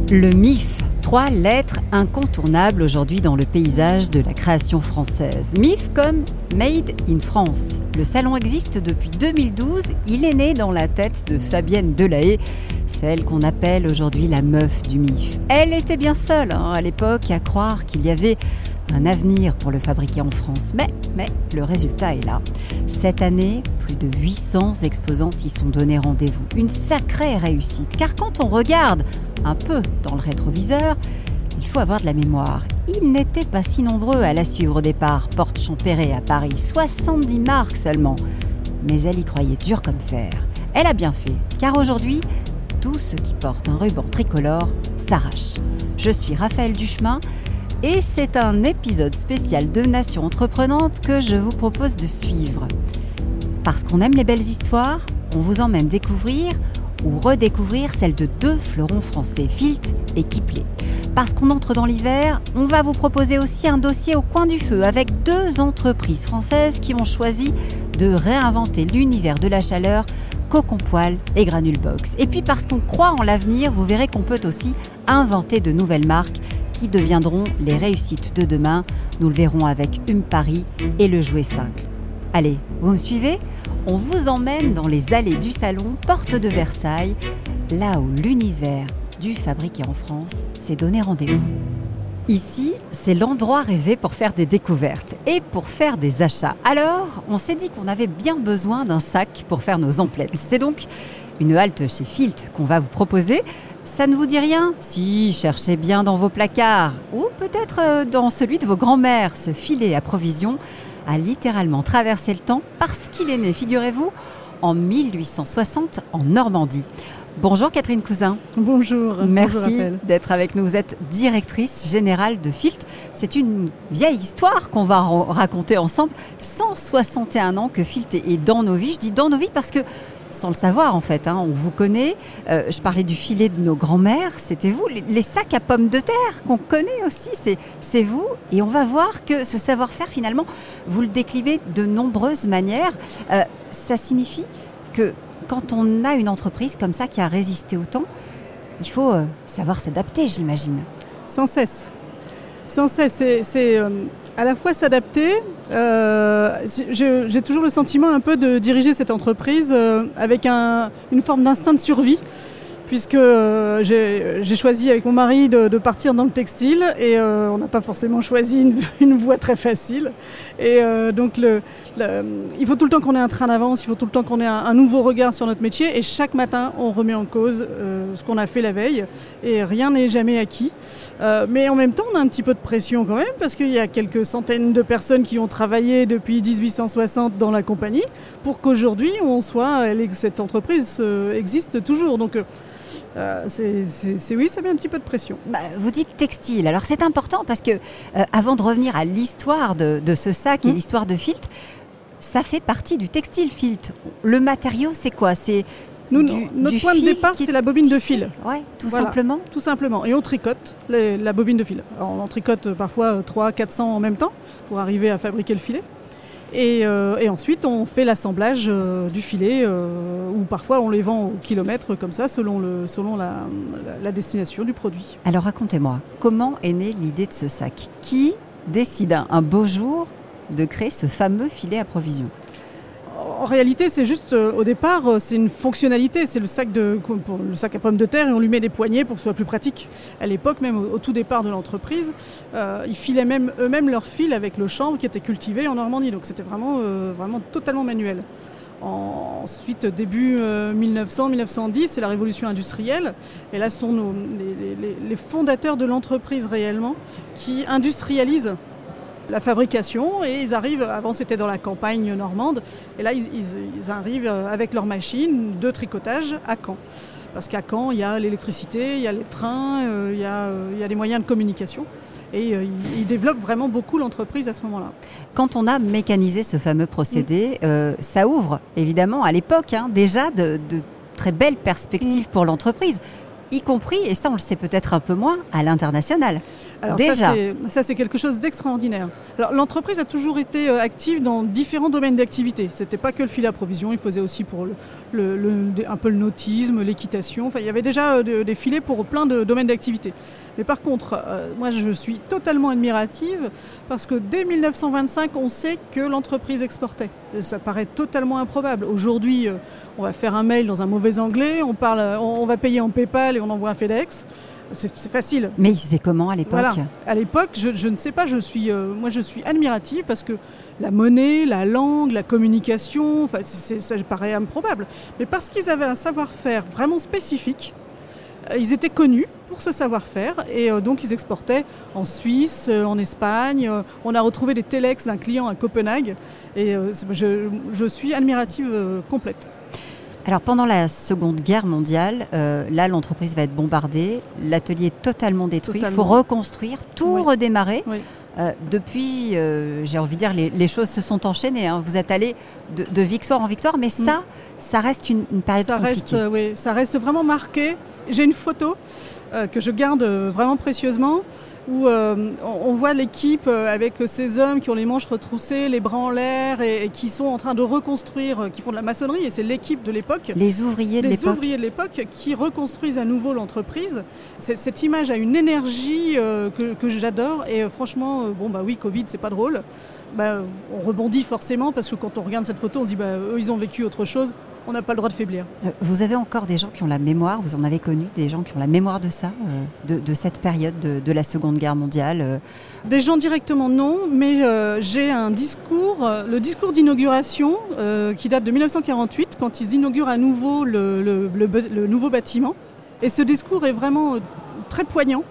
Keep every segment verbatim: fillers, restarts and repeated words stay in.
Le M I F, trois lettres incontournables aujourd'hui dans le paysage de la création française. M I F comme Made in France. Le salon existe depuis deux mille douze, il est né dans la tête de Fabienne Delahaye, celle qu'on appelle aujourd'hui la meuf du M I F. Elle était bien seule hein, à l'époque à croire qu'il y avait un avenir pour le fabriquer en France. Mais, mais le résultat est là. Cette année, plus de huit cents exposants s'y sont donné rendez-vous. Une sacrée réussite, car quand on regarde un peu dans le rétroviseur, il faut avoir de la mémoire. Ils n'étaient pas si nombreux à la suivre au départ, porte Champéret à Paris, soixante-dix marques seulement. Mais elle y croyait dur comme fer. Elle a bien fait, car aujourd'hui, tout ce qui porte un ruban tricolore s'arrache. Je suis Raphaël Duchemin, et c'est un épisode spécial de Nation Entreprenante que je vous propose de suivre. Parce qu'on aime les belles histoires, on vous emmène découvrir ou redécouvrir celle de deux fleurons français, Filt et Kipling. Parce qu'on entre dans l'hiver, on va vous proposer aussi un dossier au coin du feu avec deux entreprises françaises qui ont choisi de réinventer l'univers de la chaleur, Cocon Poêle et Granule Box. Et puis parce qu'on croit en l'avenir, vous verrez qu'on peut aussi inventer de nouvelles marques qui deviendront les réussites de demain. Nous le verrons avec Hume Paris et le Jouet cinq. Allez, vous me suivez ? On vous emmène dans les allées du salon Porte de Versailles, là où l'univers du fabriqué en France s'est donné rendez-vous. Ici, c'est l'endroit rêvé pour faire des découvertes et pour faire des achats. Alors, on s'est dit qu'on avait bien besoin d'un sac pour faire nos emplettes. C'est donc une halte chez Filt qu'on va vous proposer. Ça ne vous dit rien ? Si, cherchez bien dans vos placards ou peut-être dans celui de vos grands-mères. Ce filet à provisions a littéralement traversé le temps parce qu'il est né, figurez-vous, en mille huit cent soixante en Normandie. Bonjour Catherine Cousin. Bonjour. Merci Bonjour d'être avec nous. Vous êtes directrice générale de Filt. C'est une vieille histoire qu'on va raconter ensemble. cent soixante et un ans que Filt est dans nos vies. Je dis dans nos vies parce que, sans le savoir en fait, hein, on vous connaît. Euh, je parlais du filet de nos grands-mères, c'était vous. Les sacs à pommes de terre qu'on connaît aussi, c'est, c'est vous. Et on va voir que ce savoir-faire, finalement, vous le déclinez de nombreuses manières. Euh, ça signifie que quand on a une entreprise comme ça qui a résisté au temps, il faut euh, savoir s'adapter, j'imagine. Sans cesse. Sans cesse. C'est, c'est euh, à la fois s'adapter. Euh, je, j'ai toujours le sentiment un peu de diriger cette entreprise euh, avec un, une forme d'instinct de survie. Puisque euh, j'ai, j'ai choisi avec mon mari de, de partir dans le textile et euh, on n'a pas forcément choisi une, une voie très facile. Et euh, donc le, le, il faut tout le temps qu'on ait un train d'avance, il faut tout le temps qu'on ait un, un nouveau regard sur notre métier et chaque matin on remet en cause euh, ce qu'on a fait la veille et rien n'est jamais acquis. Euh, mais en même temps on a un petit peu de pression quand même parce qu'il y a quelques centaines de personnes qui ont travaillé depuis dix-huit cent soixante dans la compagnie pour qu'aujourd'hui on soit, cette entreprise euh, existe toujours. Donc Euh, c'est, c'est, c'est, oui, ça met un petit peu de pression. Bah, vous dites textile, alors c'est important parce que euh, avant de revenir à l'histoire de, de ce sac et mmh. l'histoire de Filt, ça fait partie du textile Filt. Le matériau, c'est quoi ? C'est Nous, du, notre du point de départ, c'est la bobine tissé. de fil. Ouais, tout voilà, simplement. Tout simplement. Et on tricote les, la bobine de fil. Alors, on en tricote parfois trois cents à quatre cents en même temps pour arriver à fabriquer le filet. Et, euh, et ensuite, on fait l'assemblage euh, du filet, euh, ou parfois on les vend au kilomètre comme ça, selon, le, selon la, la, la destination du produit. Alors racontez-moi, comment est née l'idée de ce sac ? Qui décide un beau jour de créer ce fameux filet à provisions ? En réalité, c'est juste, euh, au départ, euh, c'est une fonctionnalité. C'est le sac, de, le sac à pommes de terre et on lui met des poignées pour que ce soit plus pratique. À l'époque, même au, au tout départ de l'entreprise, euh, ils filaient même, eux-mêmes leur fil avec le chanvre qui était cultivé en Normandie. Donc c'était vraiment, euh, vraiment totalement manuel. En, ensuite, début euh, mille neuf cents mille neuf cent dix, c'est la révolution industrielle. Et là, ce sont nos, les, les, les fondateurs de l'entreprise réellement qui industrialisent la fabrication et ils arrivent, avant c'était dans la campagne normande, et là ils, ils, ils arrivent avec leur machine de tricotage à Caen. Parce qu'à Caen, il y a l'électricité, il y a les trains, euh, il, y a, euh, il y a les moyens de communication. Et euh, ils, ils développent vraiment beaucoup l'entreprise à ce moment-là. Quand on a mécanisé ce fameux procédé, mmh. euh, ça ouvre évidemment à l'époque hein, déjà de, de très belles perspectives mmh. pour l'entreprise. y compris, et ça on le sait peut-être un peu moins, à l'international. Alors Déjà. Ça, c'est, ça, c'est quelque chose d'extraordinaire. Alors, l'entreprise a toujours été euh, active dans différents domaines d'activité. Ce n'était pas que le filet à provision, il faisait aussi pour le, le, le, un peu le nautisme, l'équitation. Enfin, il y avait déjà euh, de, des filets pour plein de domaines d'activité. Mais par contre, euh, moi je suis totalement admirative parce que dès dix-neuf cent vingt-cinq, on sait que l'entreprise exportait. Ça paraît totalement improbable. Aujourd'hui, euh, on va faire un mail dans un mauvais anglais, on, parle, on, on va payer en PayPal et on envoie un FedEx. C'est, c'est facile. Mais ils faisaient comment à l'époque ? Voilà. À l'époque, je, je ne sais pas, je suis, euh, moi je suis admirative parce que la monnaie, la langue, la communication, enfin, c'est, ça paraît improbable. Mais parce qu'ils avaient un savoir-faire vraiment spécifique, euh, ils étaient connus pour ce savoir-faire et euh, donc ils exportaient en Suisse, euh, en Espagne. Euh, on a retrouvé des téléx d'un client à Copenhague et euh, je, je suis admirative euh, complète. Alors pendant la Seconde Guerre mondiale, euh, là l'entreprise va être bombardée, l'atelier est totalement détruit, il faut reconstruire, tout oui. redémarrer. Oui. Euh, depuis, euh, j'ai envie de dire, les, les choses se sont enchaînées. Hein. Vous êtes allé de, de victoire en victoire, mais ça, mm. ça reste une, une période ça compliquée. Reste, oui, ça reste vraiment marqué. J'ai une photo euh, que je garde vraiment précieusement, où euh, on voit l'équipe avec ces hommes qui ont les manches retroussées, les bras en l'air et, et qui sont en train de reconstruire, qui font de la maçonnerie, et c'est l'équipe de l'époque. Les ouvriers de les l'époque. ouvriers de l'époque qui reconstruisent à nouveau l'entreprise. C'est, cette image a une énergie euh, que, que j'adore et euh, franchement, euh, bon bah oui, Covid, c'est pas drôle. Bah, on rebondit forcément parce que quand on regarde cette photo, on se dit bah eux ils ont vécu autre chose. On n'a pas le droit de faiblir. Euh, vous avez encore des gens qui ont la mémoire, vous en avez connu des gens qui ont la mémoire de ça, euh, de, de cette période de, de la Seconde Guerre mondiale euh. Des gens directement non, mais euh, j'ai un discours, euh, le discours d'inauguration euh, qui date de dix-neuf cent quarante-huit, quand ils inaugurent à nouveau le, le, le, le nouveau bâtiment. Et ce discours est vraiment euh, très poignant.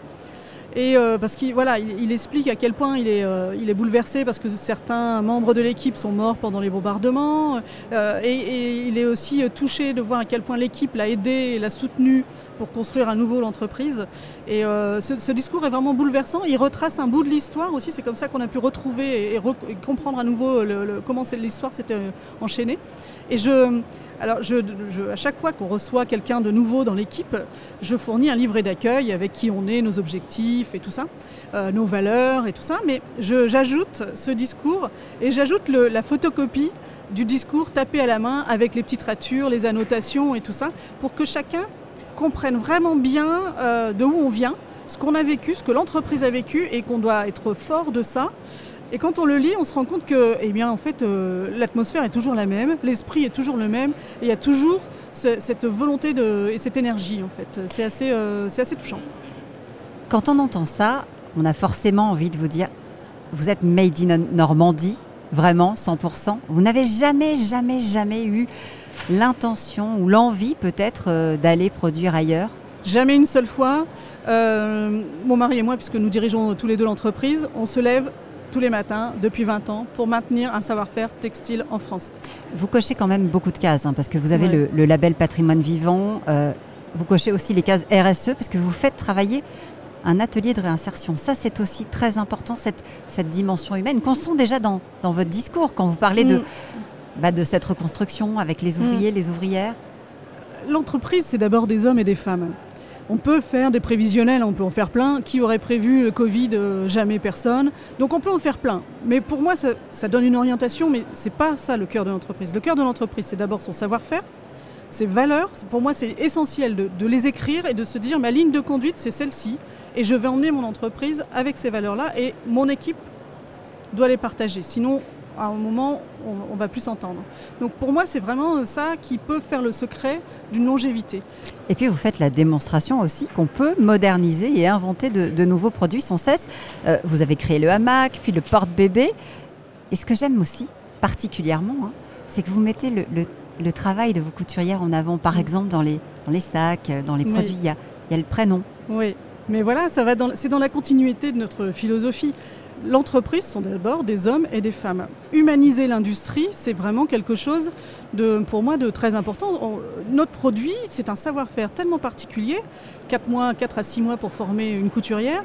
Et euh, parce qu'il voilà, il, il explique à quel point il est, euh, il est bouleversé parce que certains membres de l'équipe sont morts pendant les bombardements. Euh, et, et il est aussi touché de voir à quel point l'équipe l'a aidé et l'a soutenu pour construire à nouveau l'entreprise. Et euh, ce, ce discours est vraiment bouleversant. Il retrace un bout de l'histoire aussi. C'est comme ça qu'on a pu retrouver et, re, et comprendre à nouveau le, le, comment c'est, l'histoire s'était enchaînée. Et je... Alors, je, je, à chaque fois qu'on reçoit quelqu'un de nouveau dans l'équipe, je fournis un livret d'accueil avec qui on est, nos objectifs et tout ça, euh, nos valeurs et tout ça. Mais je, j'ajoute ce discours et j'ajoute le, la photocopie du discours tapé à la main avec les petites ratures, les annotations et tout ça, pour que chacun comprenne vraiment bien euh, de où on vient, ce qu'on a vécu, ce que l'entreprise a vécu et qu'on doit être fort de ça. Et quand on le lit, on se rend compte que, eh bien, en fait, euh, l'atmosphère est toujours la même, l'esprit est toujours le même, et il y a toujours ce, cette volonté de, et cette énergie, en fait. C'est assez, euh, c'est assez touchant. Quand on entend ça, on a forcément envie de vous dire, vous êtes made in Normandie, vraiment, cent pour cent. Vous n'avez jamais, jamais, jamais eu l'intention ou l'envie, peut-être, euh, d'aller produire ailleurs ? Jamais une seule fois. Euh, mon mari et moi, puisque nous dirigeons tous les deux l'entreprise, on se lève tous les matins, depuis vingt ans, pour maintenir un savoir-faire textile en France. Vous cochez quand même beaucoup de cases, hein, parce que vous avez ouais. le, le label Patrimoine Vivant, euh, vous cochez aussi les cases R S E, parce que vous faites travailler un atelier de réinsertion. Ça, c'est aussi très important, cette, cette dimension humaine, qu'on sent déjà dans, dans votre discours, quand vous parlez mmh. de, bah, de cette reconstruction avec les ouvriers, mmh. les ouvrières. L'entreprise, c'est d'abord des hommes et des femmes. On peut faire des prévisionnels, on peut en faire plein. Qui aurait prévu le Covid ? euh, Jamais personne. Donc on peut en faire plein. Mais pour moi, ça, ça donne une orientation, mais ce n'est pas ça le cœur de l'entreprise. Le cœur de l'entreprise, c'est d'abord son savoir-faire, ses valeurs. Pour moi, c'est essentiel de, de les écrire et de se dire ma ligne de conduite, c'est celle-ci. Et je vais emmener mon entreprise avec ces valeurs-là et mon équipe doit les partager. Sinon, à un moment, on ne va plus s'entendre. Donc pour moi, c'est vraiment ça qui peut faire le secret d'une longévité. Et puis vous faites la démonstration aussi qu'on peut moderniser et inventer de, de nouveaux produits sans cesse. Euh, vous avez créé le hamac, puis le porte-bébé. Et ce que j'aime aussi, particulièrement, hein, c'est que vous mettez le, le, le travail de vos couturières en avant. Par exemple, dans les, dans les sacs, dans les produits, il y a, il y a le prénom. Oui, mais voilà, ça va dans, c'est dans la continuité de notre philosophie. L'entreprise sont d'abord des hommes et des femmes. Humaniser l'industrie, c'est vraiment quelque chose de, pour moi, de très important. On, notre produit, c'est un savoir-faire tellement particulier, quatre mois, quatre à six mois pour former une couturière.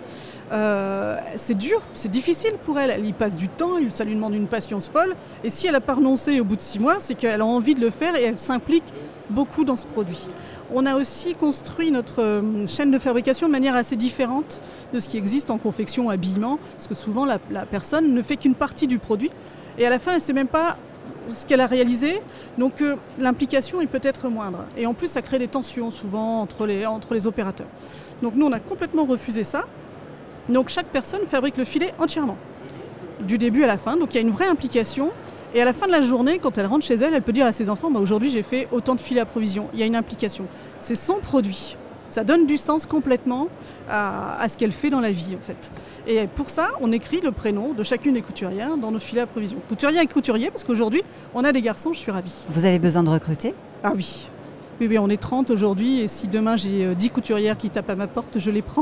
Euh, c'est dur, c'est difficile pour elle. Elle y passe du temps, ça lui demande une patience folle. Et si elle n'a pas renoncé au bout de six mois, c'est qu'elle a envie de le faire et elle s'implique beaucoup dans ce produit. On a aussi construit notre euh, chaîne de fabrication de manière assez différente de ce qui existe en confection, habillement, parce que souvent la, la personne ne fait qu'une partie du produit et à la fin elle ne sait même pas ce qu'elle a réalisé, donc euh, l'implication est peut-être moindre. Et en plus ça crée des tensions souvent entre les, entre les opérateurs. Donc nous on a complètement refusé ça, donc chaque personne fabrique le filet entièrement, du début à la fin, donc il y a une vraie implication. Et à la fin de la journée, quand elle rentre chez elle, elle peut dire à ses enfants bah, « aujourd'hui j'ai fait autant de filets à provision ». Il y a une implication. C'est son produit. Ça donne du sens complètement à, à ce qu'elle fait dans la vie en fait. Et pour ça, on écrit le prénom de chacune des couturières dans nos filets à provision. Couturière et couturier, parce qu'aujourd'hui, on a des garçons, je suis ravie. Vous avez besoin de recruter ? Ah oui. Oui, oui, on est trente aujourd'hui et si demain j'ai dix couturières qui tapent à ma porte, je les prends.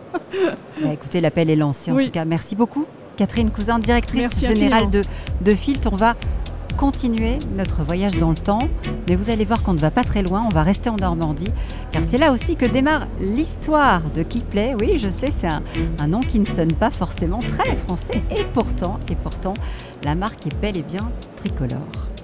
Bah, écoutez, l'appel est lancé en oui. tout cas. Merci beaucoup. Catherine Cousin, directrice Merci générale de, de Filt. On va continuer notre voyage dans le temps, mais vous allez voir qu'on ne va pas très loin, on va rester en Normandie, car c'est là aussi que démarre l'histoire de Kippley. Oui, je sais, c'est un, un nom qui ne sonne pas forcément très français, et pourtant, et pourtant, la marque est bel et bien tricolore.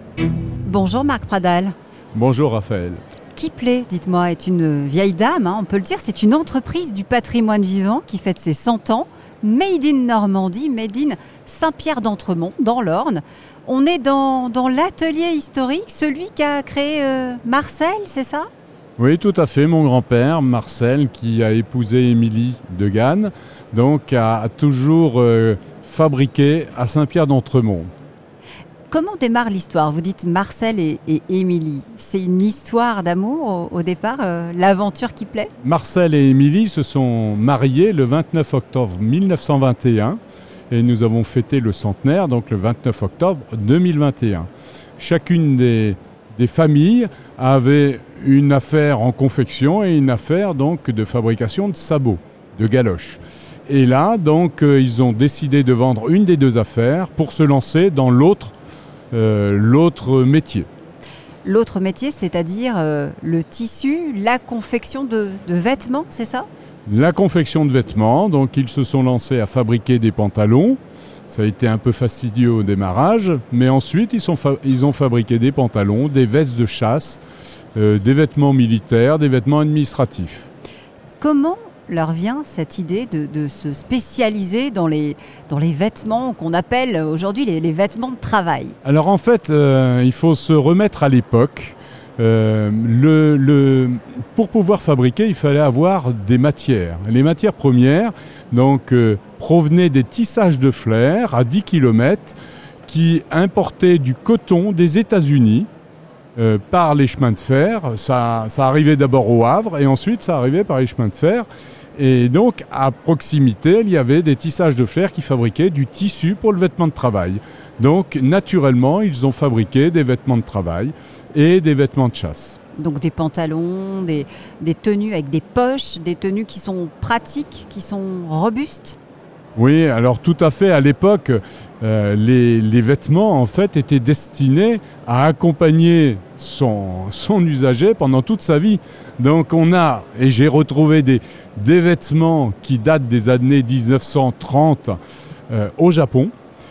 Bonjour Marc Pradal. Bonjour Raphaël. Kippley, dites-moi, est une vieille dame, hein, on peut le dire, c'est une entreprise du patrimoine vivant qui fête ses cent ans, Made in Normandie, Made in Saint-Pierre-d'Entremont, dans l'Orne. On est dans, dans l'atelier historique, celui qu'a créé euh, Marcel, c'est ça ? Oui, tout à fait. Mon grand-père, Marcel, qui a épousé Émilie de Gannes, donc a, a toujours euh, fabriqué à Saint-Pierre-d'Entremont. Comment démarre l'histoire ? Vous dites Marcel et, et Émilie. C'est une histoire d'amour au, au départ, euh, l'aventure qui plaît ? Marcel et Émilie se sont mariés le vingt-neuf octobre mille neuf cent vingt et un et nous avons fêté le centenaire, donc le vingt-neuf octobre deux mille vingt et un. Chacune des, des familles avait une affaire en confection et une affaire donc de fabrication de sabots, de galoches. Et là, donc, euh, ils ont décidé de vendre une des deux affaires pour se lancer dans l'autre Euh, l'autre métier. L'autre métier, c'est-à-dire euh, le tissu, la confection de, de vêtements, c'est ça ? La confection de vêtements, donc ils se sont lancés à fabriquer des pantalons. Ça a été un peu fastidieux au démarrage, mais ensuite ils, sont fa- ils ont fabriqué des pantalons, des vestes de chasse, euh, des vêtements militaires, des vêtements administratifs. Comment leur vient cette idée de, de se spécialiser dans les, dans les vêtements qu'on appelle aujourd'hui les, les vêtements de travail ? Alors en fait, euh, il faut se remettre à l'époque. Euh, le, le, pour pouvoir fabriquer, il fallait avoir des matières. Les matières premières donc, euh, provenaient des tissages de Flers à dix kilomètres qui importaient du coton des États-Unis euh, par les chemins de fer. Ça, ça arrivait d'abord au Havre et ensuite ça arrivait par les chemins de fer. Et donc à proximité, il y avait des tissages de Flers qui fabriquaient du tissu pour le vêtement de travail. Donc naturellement, ils ont fabriqué des vêtements de travail et des vêtements de chasse. Donc des pantalons, des, des tenues avec des poches, des tenues qui sont pratiques, qui sont robustes ? Oui, alors tout à fait. À l'époque, euh, les, les vêtements en fait étaient destinés à accompagner son, son usager pendant toute sa vie. Donc on a, et j'ai retrouvé des, des vêtements qui datent des années dix-neuf cent trente euh, au Japon.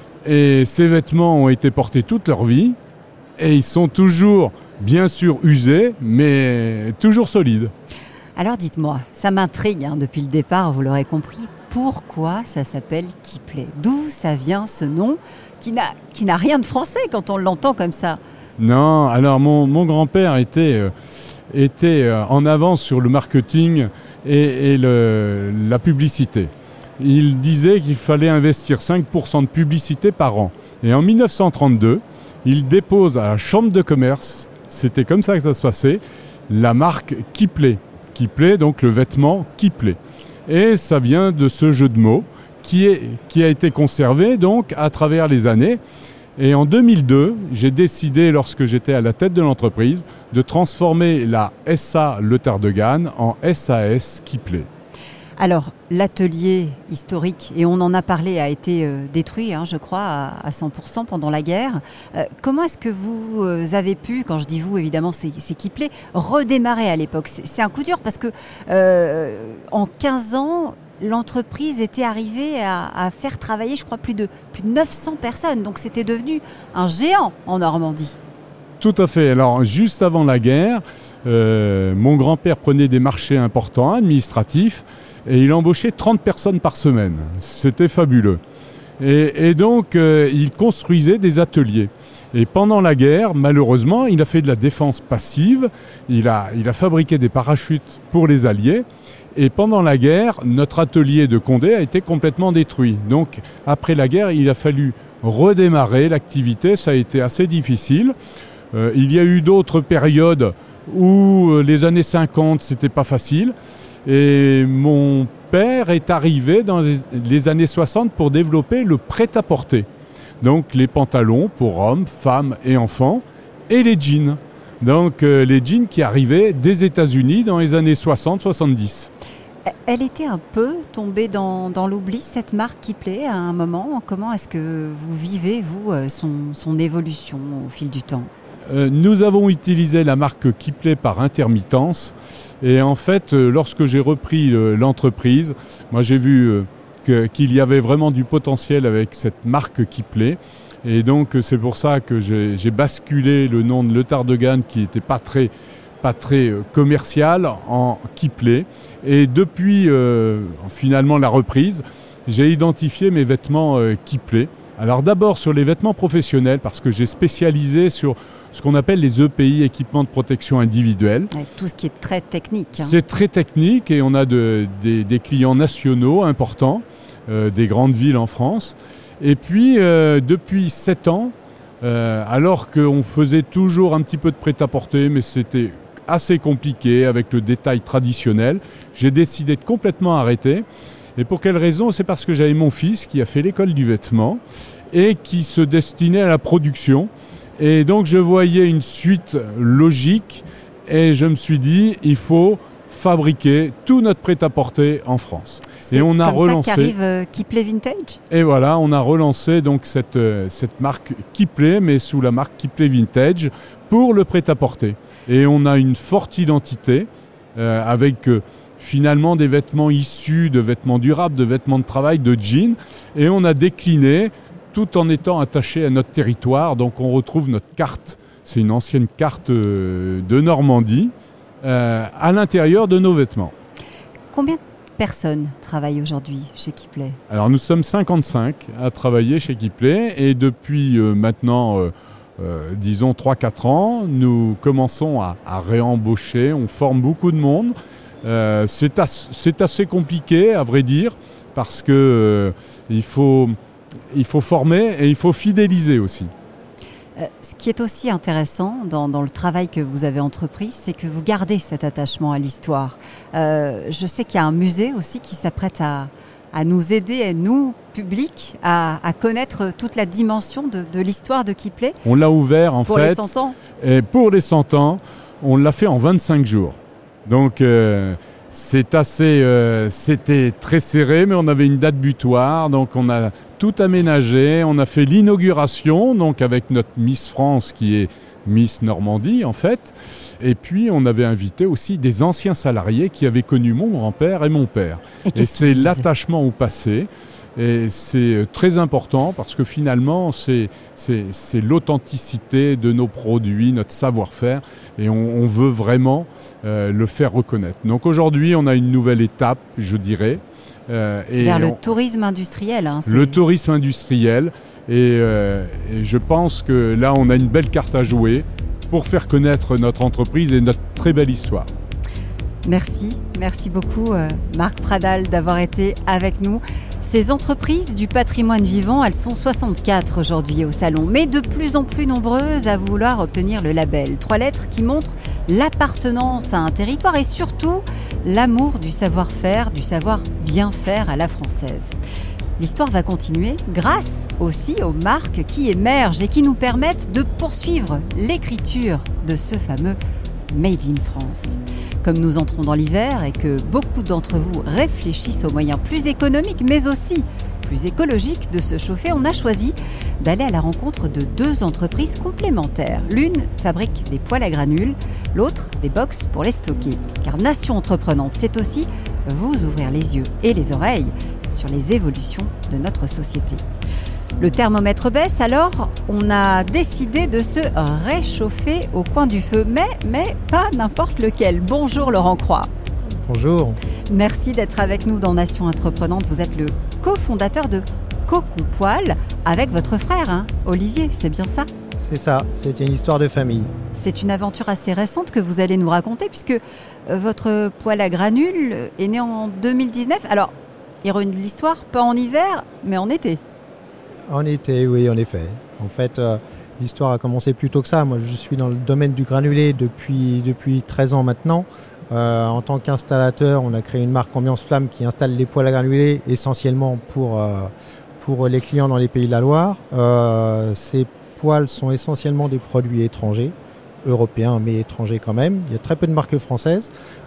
Et ces vêtements ont été portés toute leur vie et ils sont toujours, bien sûr, usés, mais toujours solides. Alors dites-moi, ça m'intrigue hein, depuis le départ, vous l'aurez compris. Pourquoi ça s'appelle Kippley ? D'où ça vient ce nom qui n'a, qui n'a rien de français quand on l'entend comme ça ? Non, alors mon, mon grand-père était, euh, était euh, en avance sur le marketing et, et le, la publicité. Il disait qu'il fallait investir cinq pour cent de publicité par an. Et en dix-neuf cent trente-deux, il dépose à la Chambre de commerce, c'était comme ça que ça se passait, la marque Kippley. Kippley, donc le vêtement Kippley. Et ça vient de ce jeu de mots qui, est, qui a été conservé donc à travers les années. Et en deux mille deux, j'ai décidé, lorsque j'étais à la tête de l'entreprise, de transformer la S A Le Tard-de-Gannes en S A S Kippley. Alors, l'atelier historique, et on en a parlé, a été euh, détruit, hein, je crois, à, à cent pour cent pendant la guerre. Euh, comment est-ce que vous euh, avez pu, quand je dis vous, évidemment, c'est, c'est Kippley, redémarrer à l'époque ? c'est, c'est un coup dur parce que euh, en quinze ans, l'entreprise était arrivée à, à faire travailler, je crois, plus de, plus de neuf cents personnes. Donc, c'était devenu un géant en Normandie. Tout à fait. Alors, juste avant la guerre, euh, mon grand-père prenait des marchés importants, administratifs, et il embauchait trente personnes par semaine. C'était fabuleux. Et, et donc, euh, il construisait des ateliers. Et pendant la guerre, malheureusement, il a fait de la défense passive. Il a, il a fabriqué des parachutes pour les Alliés. Et pendant la guerre, notre atelier de Condé a été complètement détruit. Donc, après la guerre, il a fallu redémarrer l'activité. Ça a été assez difficile. Euh, il y a eu d'autres périodes où euh, les années cinquante, c'était pas facile. Et mon père est arrivé dans les, les années soixante pour développer le prêt-à-porter. Donc les pantalons pour hommes, femmes et enfants, et les jeans. Donc euh, les jeans qui arrivaient des États-Unis dans les années soixante soixante-dix. Elle était un peu tombée dans, dans l'oubli, cette marque Kipplé, à un moment. Comment est-ce que vous vivez, vous, son, son évolution au fil du temps ? euh, Nous avons utilisé la marque Kipplé par intermittence. Et en fait, euh, lorsque j'ai repris euh, l'entreprise, moi j'ai vu euh, que, qu'il y avait vraiment du potentiel avec cette marque Kipplé. Et donc c'est pour ça que j'ai, j'ai basculé le nom de Le Tardegan, qui n'était pas très... pas très commercial, en Kipplé. Et depuis euh, finalement la reprise, j'ai identifié mes vêtements euh, Kipplé. Alors d'abord sur les vêtements professionnels, parce que j'ai spécialisé sur ce qu'on appelle les E P I, équipements de protection individuelle. Avec tout ce qui est très technique. Hein. C'est très technique et on a de, des, des clients nationaux importants, euh, des grandes villes en France. Et puis euh, depuis sept ans, euh, alors qu'on faisait toujours un petit peu de prêt-à-porter, mais c'était assez compliqué avec le détail traditionnel, j'ai décidé de complètement arrêter. Et pour quelle raison ? C'est parce que j'avais mon fils qui a fait l'école du vêtement et qui se destinait à la production. Et donc je voyais une suite logique et je me suis dit, il faut fabriquer tout notre prêt-à-porter en France. C'est et on a comme relancé. Ça qu'arrive euh, Kipplé Vintage. Et voilà, on a relancé donc cette, euh, cette marque Kipplé, mais sous la marque Kipplé Vintage pour le prêt-à-porter. Et on a une forte identité euh, avec euh, finalement des vêtements issus de vêtements durables, de vêtements de travail, de jeans. Et on a décliné tout en étant attaché à notre territoire. Donc on retrouve notre carte, c'est une ancienne carte euh, de Normandie, euh, à l'intérieur de nos vêtements. Combien de personnes travaillent aujourd'hui chez Kipplé ? Alors nous sommes cinquante-cinq à travailler chez Kipplé et depuis euh, maintenant... Euh, Euh, disons trois à quatre ans, nous commençons à, à réembaucher, on forme beaucoup de monde. Euh, c'est, as, c'est assez compliqué à vrai dire parce qu'il euh, faut, il faut former et il faut fidéliser aussi. Euh, ce qui est aussi intéressant dans, dans le travail que vous avez entrepris, c'est que vous gardez cet attachement à l'histoire. Euh, je sais qu'il y a un musée aussi qui s'apprête à, à nous aider, nous, public, à, à connaître toute la dimension de, de l'histoire de Kipplé. On l'a ouvert en pour fait. Pour les cent ans. Et pour les cent ans, on l'a fait en vingt-cinq jours. Donc euh, c'est assez, euh, c'était très serré, mais on avait une date butoir. Donc on a tout aménagé. On a fait l'inauguration, donc avec notre Miss France qui est Miss Normandie en fait. Et puis on avait invité aussi des anciens salariés qui avaient connu mon grand-père et mon père. Et, et c'est l'attachement au passé. Et c'est très important parce que finalement, c'est, c'est, c'est l'authenticité de nos produits, notre savoir-faire, et on, on veut vraiment euh, le faire reconnaître. Donc aujourd'hui, on a une nouvelle étape, je dirais. Euh, et Vers on, le tourisme industriel. Hein, le tourisme industriel. Et, euh, et je pense que là, on a une belle carte à jouer pour faire connaître notre entreprise et notre très belle histoire. Merci, merci beaucoup euh, Marc Pradal d'avoir été avec nous. Ces entreprises du patrimoine vivant, elles sont soixante-quatre aujourd'hui au salon, mais de plus en plus nombreuses à vouloir obtenir le label. Trois lettres qui montrent l'appartenance à un territoire et surtout l'amour du savoir-faire, du savoir bien faire à la française. L'histoire va continuer grâce aussi aux marques qui émergent et qui nous permettent de poursuivre l'écriture de ce fameux Made in France. Comme nous entrons dans l'hiver et que beaucoup d'entre vous réfléchissent aux moyens plus économiques mais aussi plus écologiques de se chauffer, on a choisi d'aller à la rencontre de deux entreprises complémentaires. L'une fabrique des poêles à granules, l'autre des box pour les stocker. Car Nation Entreprenante, c'est aussi vous ouvrir les yeux et les oreilles sur les évolutions de notre société. Le thermomètre baisse, alors on a décidé de se réchauffer au coin du feu, mais, mais pas n'importe lequel. Bonjour Laurent Croix. Bonjour. Merci d'être avec nous dans Nation Entreprenante. Vous êtes le cofondateur de Cocon Poêle avec votre frère, hein, Olivier, c'est bien ça ? C'est ça, c'est une histoire de famille. C'est une aventure assez récente que vous allez nous raconter puisque votre poêle à granules est né en deux mille dix-neuf. Alors, ironie de l'histoire, pas en hiver, mais en été. En été, oui, en effet. En fait, euh, l'histoire a commencé plus tôt que ça. Moi, je suis dans le domaine du granulé depuis, depuis treize ans maintenant. Euh, en tant qu'installateur, on a créé une marque Ambiance Flamme qui installe les poêles à granulés essentiellement pour, euh, pour les clients dans les Pays de la Loire. Euh, ces poêles sont essentiellement des produits étrangers, européens mais étrangers quand même. Il y a très peu de marques françaises.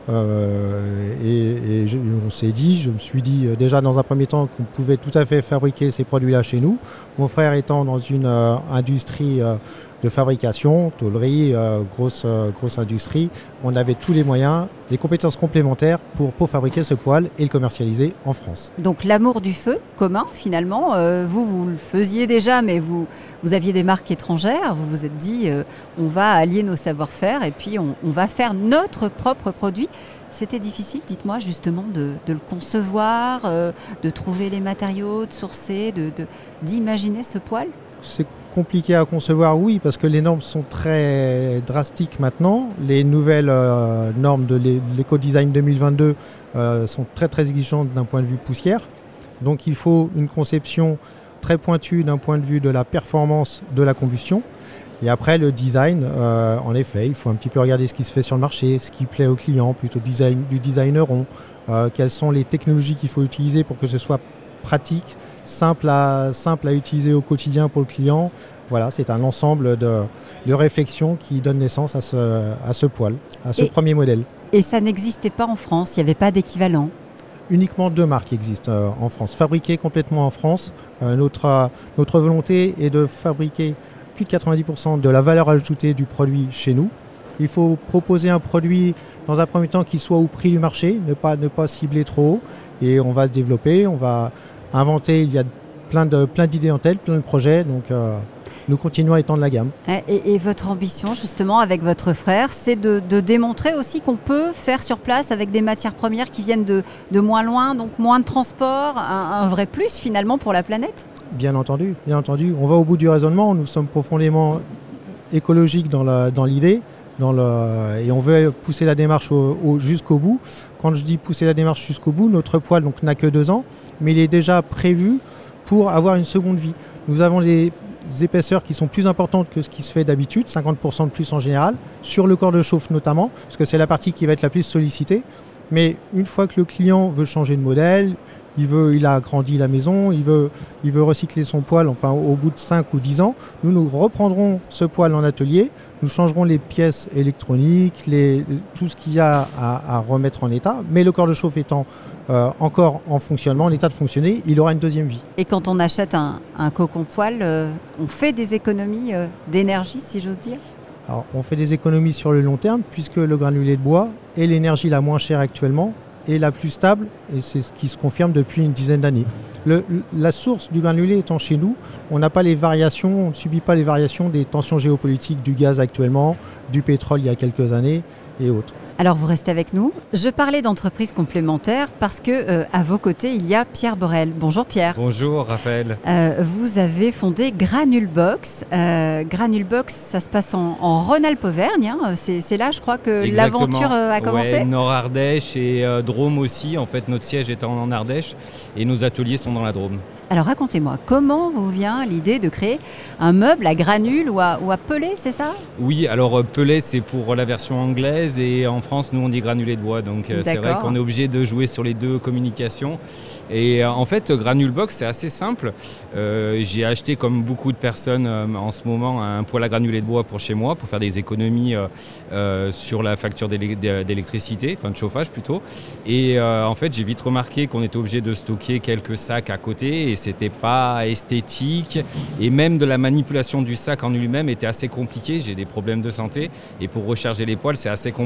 Euh, et et je, on s'est dit, je me suis dit euh, déjà dans un premier temps qu'on pouvait tout à fait fabriquer ces produits-là chez nous. Mon frère étant dans une euh, industrie euh, de fabrication, tôlerie, euh, grosse, euh, grosse industrie, on avait tous les moyens, les compétences complémentaires pour, pour fabriquer ce poêle et le commercialiser en France. Donc l'amour du feu commun finalement, euh, vous, vous le faisiez déjà, mais vous, vous aviez des marques étrangères, vous vous êtes dit euh, on va allier nos savoir-faire et puis on, on va faire notre propre produit. C'était difficile, dites-moi, justement, de, de le concevoir, euh, de trouver les matériaux, de sourcer, de, de, d'imaginer ce poêle ? C'est compliqué à concevoir, oui, parce que les normes sont très drastiques maintenant. Les nouvelles euh, normes de l'éco-design deux mille vingt-deux euh, sont très très exigeantes d'un point de vue poussière. Donc il faut une conception très pointue d'un point de vue de la performance de la combustion. Et après, le design, euh, en effet, il faut un petit peu regarder ce qui se fait sur le marché, ce qui plaît aux clients, plutôt design, du designer rond, euh, quelles sont les technologies qu'il faut utiliser pour que ce soit pratique, simple à, simple à utiliser au quotidien pour le client. Voilà, c'est un ensemble de, de réflexions qui donne naissance à ce, à ce poêle, à ce et, premier modèle. Et ça n'existait pas en France, il n'y avait pas d'équivalent ? Uniquement deux marques existent euh, en France, fabriquées complètement en France. Euh, notre, euh, notre volonté est de fabriquer plus de quatre-vingt-dix pour cent de la valeur ajoutée du produit chez nous. Il faut proposer un produit dans un premier temps qui soit au prix du marché, ne pas, ne pas cibler trop haut. Et on va se développer, on va inventer, il y a plein, de, plein d'idées en tête, plein de projets. Donc euh, nous continuons à étendre la gamme. Et, et votre ambition justement avec votre frère, c'est de, de démontrer aussi qu'on peut faire sur place avec des matières premières qui viennent de, de moins loin, donc moins de transport, un, un vrai plus finalement pour la planète ? Bien entendu, bien entendu. On va au bout du raisonnement. Nous sommes profondément écologiques dans, la, dans l'idée dans le, et on veut pousser la démarche au, au, jusqu'au bout. Quand je dis pousser la démarche jusqu'au bout, notre poêle donc, n'a que deux ans, mais il est déjà prévu pour avoir une seconde vie. Nous avons des épaisseurs qui sont plus importantes que ce qui se fait d'habitude, cinquante pour cent de plus en général, sur le corps de chauffe notamment, parce que c'est la partie qui va être la plus sollicitée. Mais une fois que le client veut changer de modèle, Il, veut, il a agrandi la maison, il veut, il veut recycler son poêle, enfin au bout de cinq ou dix ans, nous nous reprendrons ce poêle en atelier, nous changerons les pièces électroniques, les, tout ce qu'il y a à, à remettre en état, mais le corps de chauffe étant euh, encore en fonctionnement, en état de fonctionner, il aura une deuxième vie. Et quand on achète un, un cocon poêle, euh, on fait des économies euh, d'énergie, si j'ose dire ? Alors, on fait des économies sur le long terme, puisque le granulé de bois est l'énergie la moins chère actuellement, et la plus stable, et c'est ce qui se confirme depuis une dizaine d'années. Le, la source du granulé étant chez nous, on n'a pas les variations, on ne subit pas les variations des tensions géopolitiques du gaz actuellement, du pétrole il y a quelques années et autres. Alors vous restez avec nous. Je parlais d'entreprises complémentaires parce que euh, à vos côtés, il y a Pierre Borel. Bonjour Pierre. Bonjour Raphaël. Euh, vous avez fondé Granulbox. Euh, Granulbox, ça se passe en, en Rhône-Alpes-Auvergne. Hein. C'est, c'est là, je crois, que Exactement. l'aventure euh, a commencé. Ouais, Nord-Ardèche et euh, Drôme aussi. En fait, notre siège est en Ardèche et nos ateliers sont dans la Drôme. Alors racontez-moi, comment vous vient l'idée de créer un meuble à granules ou à, ou à pellet, c'est ça ? Oui, alors pellet c'est pour la version anglaise et en France nous on dit granulé de bois, donc euh, c'est vrai qu'on est obligé de jouer sur les deux communications. Et euh, en fait Granulbox c'est assez simple, euh, j'ai acheté comme beaucoup de personnes euh, en ce moment un poêle à granulés de bois pour chez moi pour faire des économies euh, euh, sur la facture d'élé- d'électricité, enfin de chauffage plutôt. Et euh, en fait j'ai vite remarqué qu'on était obligé de stocker quelques sacs à côté et c'était pas esthétique et même de la manipulation du sac en lui-même était assez compliqué. J'ai des problèmes de santé et pour recharger les poêles c'est assez compliqué.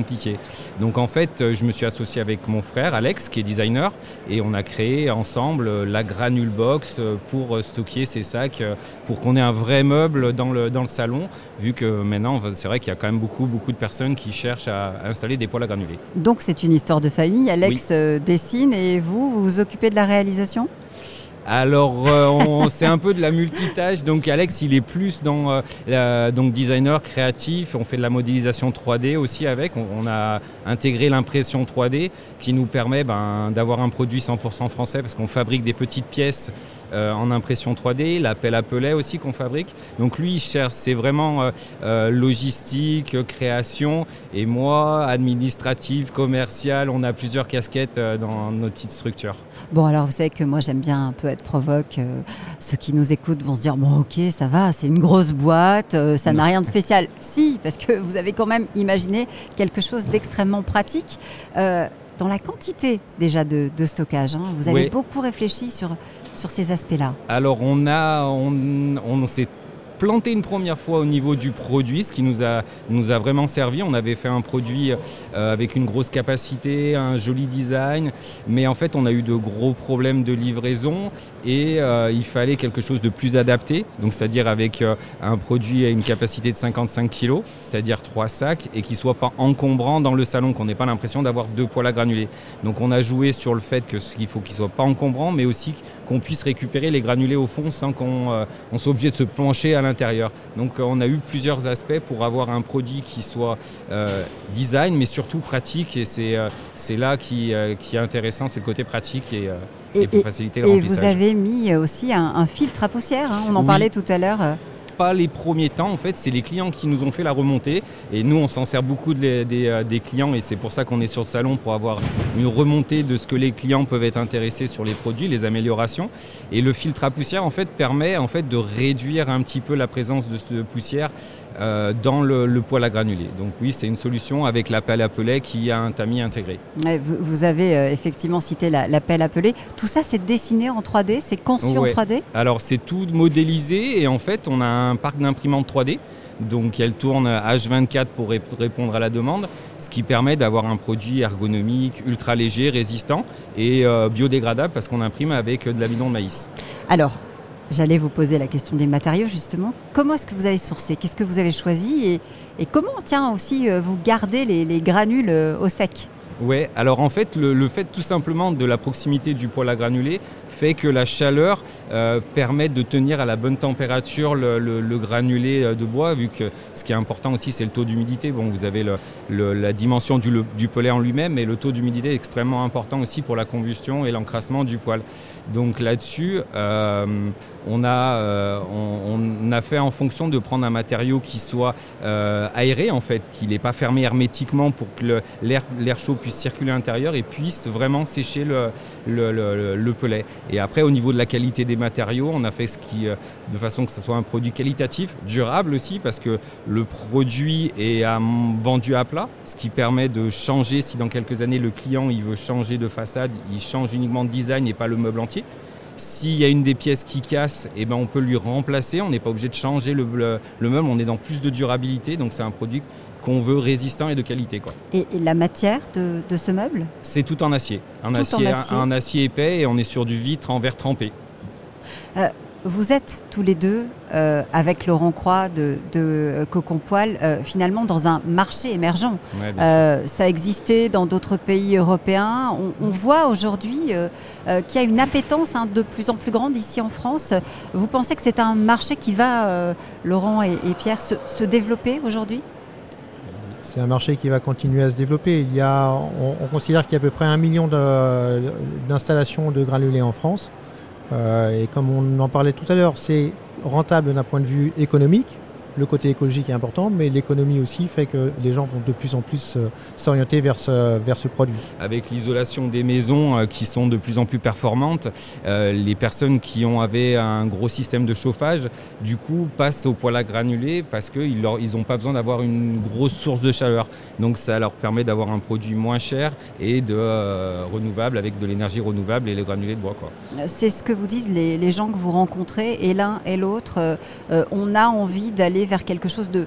Donc en fait, je me suis associé avec mon frère Alex, qui est designer, et on a créé ensemble la Granule Box pour stocker ces sacs, pour qu'on ait un vrai meuble dans le, dans le salon, vu que maintenant, c'est vrai qu'il y a quand même beaucoup, beaucoup de personnes qui cherchent à installer des poêles à granulés. Donc c'est une histoire de famille. Alex oui. dessine et vous, vous vous occupez de la réalisation ? Alors, euh, on, c'est un peu de la multitâche. Donc, Alex, il est plus dans euh, la, donc designer créatif. On fait de la modélisation trois D aussi avec. On, on a intégré l'impression trois D qui nous permet ben, d'avoir un produit cent pour cent français parce qu'on fabrique des petites pièces euh, en impression trois D. La pelle à pellet aussi qu'on fabrique. Donc, lui, il cherche, c'est vraiment euh, euh, logistique, création. Et moi, administrative, commerciale. On a plusieurs casquettes euh, dans notre petite structure. Bon, alors, vous savez que moi, j'aime bien un peu être provoque. Euh, ceux qui nous écoutent vont se dire bon ok ça va, c'est une grosse boîte, euh, ça non. n'a rien de spécial. Si, parce que vous avez quand même imaginé quelque chose d'extrêmement pratique euh, dans la quantité déjà de, de stockage. Hein. Vous avez oui. beaucoup réfléchi sur, sur ces aspects-là. Alors on a, on, on s'est planté une première fois au niveau du produit, ce qui nous a, nous a vraiment servi. On avait fait un produit euh, avec une grosse capacité, un joli design, mais en fait on a eu de gros problèmes de livraison et euh, il fallait quelque chose de plus adapté, donc c'est-à-dire avec euh, un produit à une capacité de cinquante-cinq kilos, c'est-à-dire trois sacs, et qui ne soit pas encombrant dans le salon, qu'on n'ait pas l'impression d'avoir deux poêles à granulés. Donc on a joué sur le fait qu'il faut qu'il ne soit pas encombrant, mais aussi qu'on puisse récupérer les granulés au fond sans qu'on euh, on soit obligé de se pencher à l'intérieur. Donc on a eu plusieurs aspects pour avoir un produit qui soit euh, design mais surtout pratique, et c'est, euh, c'est là qui, euh, qui est intéressant, c'est le côté pratique et, euh, et, et pour faciliter le et remplissage. Et vous avez mis aussi un, un filtre à poussière, hein, on en oui. parlait tout à l'heure. Pas les premiers temps, en fait, c'est les clients qui nous ont fait la remontée, et nous on s'en sert beaucoup des, des, des clients, et c'est pour ça qu'on est sur le salon, pour avoir une remontée de ce que les clients peuvent être intéressés sur les produits, les améliorations. Et le filtre à poussière en fait permet en fait de réduire un petit peu la présence de, de poussière euh, dans le, le poêle à granulés. Donc oui, c'est une solution avec la pelle à pellet qui a un tamis intégré. Ouais, vous, vous avez euh, effectivement cité la, la pelle à pellet. Tout ça c'est dessiné en trois D, c'est conçu ouais. en trois D ? Alors c'est tout modélisé, et en fait on a un un parc d'imprimantes trois D, donc elle tourne H vingt-quatre pour ré- répondre à la demande, ce qui permet d'avoir un produit ergonomique, ultra léger, résistant et euh, biodégradable parce qu'on imprime avec de l'amidon de maïs. Alors, j'allais vous poser la question des matériaux justement. Comment est-ce que vous avez sourcé ? Qu'est-ce que vous avez choisi et, et comment, tiens, aussi vous gardez les, les granules au sec ? Ouais, alors en fait, le, le fait tout simplement de la proximité du poêle à granulés fait que la chaleur euh, permet de tenir à la bonne température le, le, le granulé de bois, vu que ce qui est important aussi, c'est le taux d'humidité. Bon, vous avez le, le, la dimension du, le, du pellet en lui-même, mais le taux d'humidité est extrêmement important aussi pour la combustion et l'encrassement du poêle. Donc là-dessus, euh, on, a, euh, on, on a fait en fonction de prendre un matériau qui soit euh, aéré, en fait, qui n'est pas fermé hermétiquement pour que le, l'air, l'air chaud puisse circuler à l'intérieur et puisse vraiment sécher le, le, le, le pellet. Et après, au niveau de la qualité des matériaux, on a fait ce qui, de façon que ce soit un produit qualitatif, durable aussi, parce que le produit est à, vendu à plat, ce qui permet de changer. Si dans quelques années, le client il veut changer de façade, il change uniquement de design et pas le meuble entier. S'il y a une des pièces qui casse, eh ben on peut lui remplacer. On n'est pas obligé de changer le, le, le meuble, on est dans plus de durabilité. Donc c'est un produit qu'on veut résistant et de qualité, quoi. Et, et la matière de, de ce meuble ? C'est tout en acier. Un, tout acier, en acier. Un, un acier épais, et on est sur du vitre en verre trempé. Euh, vous êtes tous les deux, euh, avec Laurent Croix de, de Cocon Poêle, euh, finalement dans un marché émergent. Ouais, euh, ça existait dans d'autres pays européens. On, on voit aujourd'hui euh, euh, qu'il y a une appétence hein, de plus en plus grande ici en France. Vous pensez que c'est un marché qui va, euh, Laurent et, et Pierre, se, se développer aujourd'hui ? C'est un marché qui va continuer à se développer. Il y a, on, on considère qu'il y a à peu près un million de, d'installations de granulés en France. Euh, et comme on en parlait tout à l'heure, c'est rentable d'un point de vue économique. Le côté écologique est important, mais l'économie aussi fait que les gens vont de plus en plus euh, s'orienter vers ce, vers ce produit. Avec l'isolation des maisons euh, qui sont de plus en plus performantes, euh, les personnes qui ont avaient un gros système de chauffage, du coup, passent au poêle à granulés parce qu'ils n'ont pas besoin d'avoir une grosse source de chaleur. Donc ça leur permet d'avoir un produit moins cher et de euh, renouvelable, avec de l'énergie renouvelable et les granulés de bois, quoi. C'est ce que vous disent les, les gens que vous rencontrez, et l'un et l'autre, euh, on a envie d'aller vers quelque chose de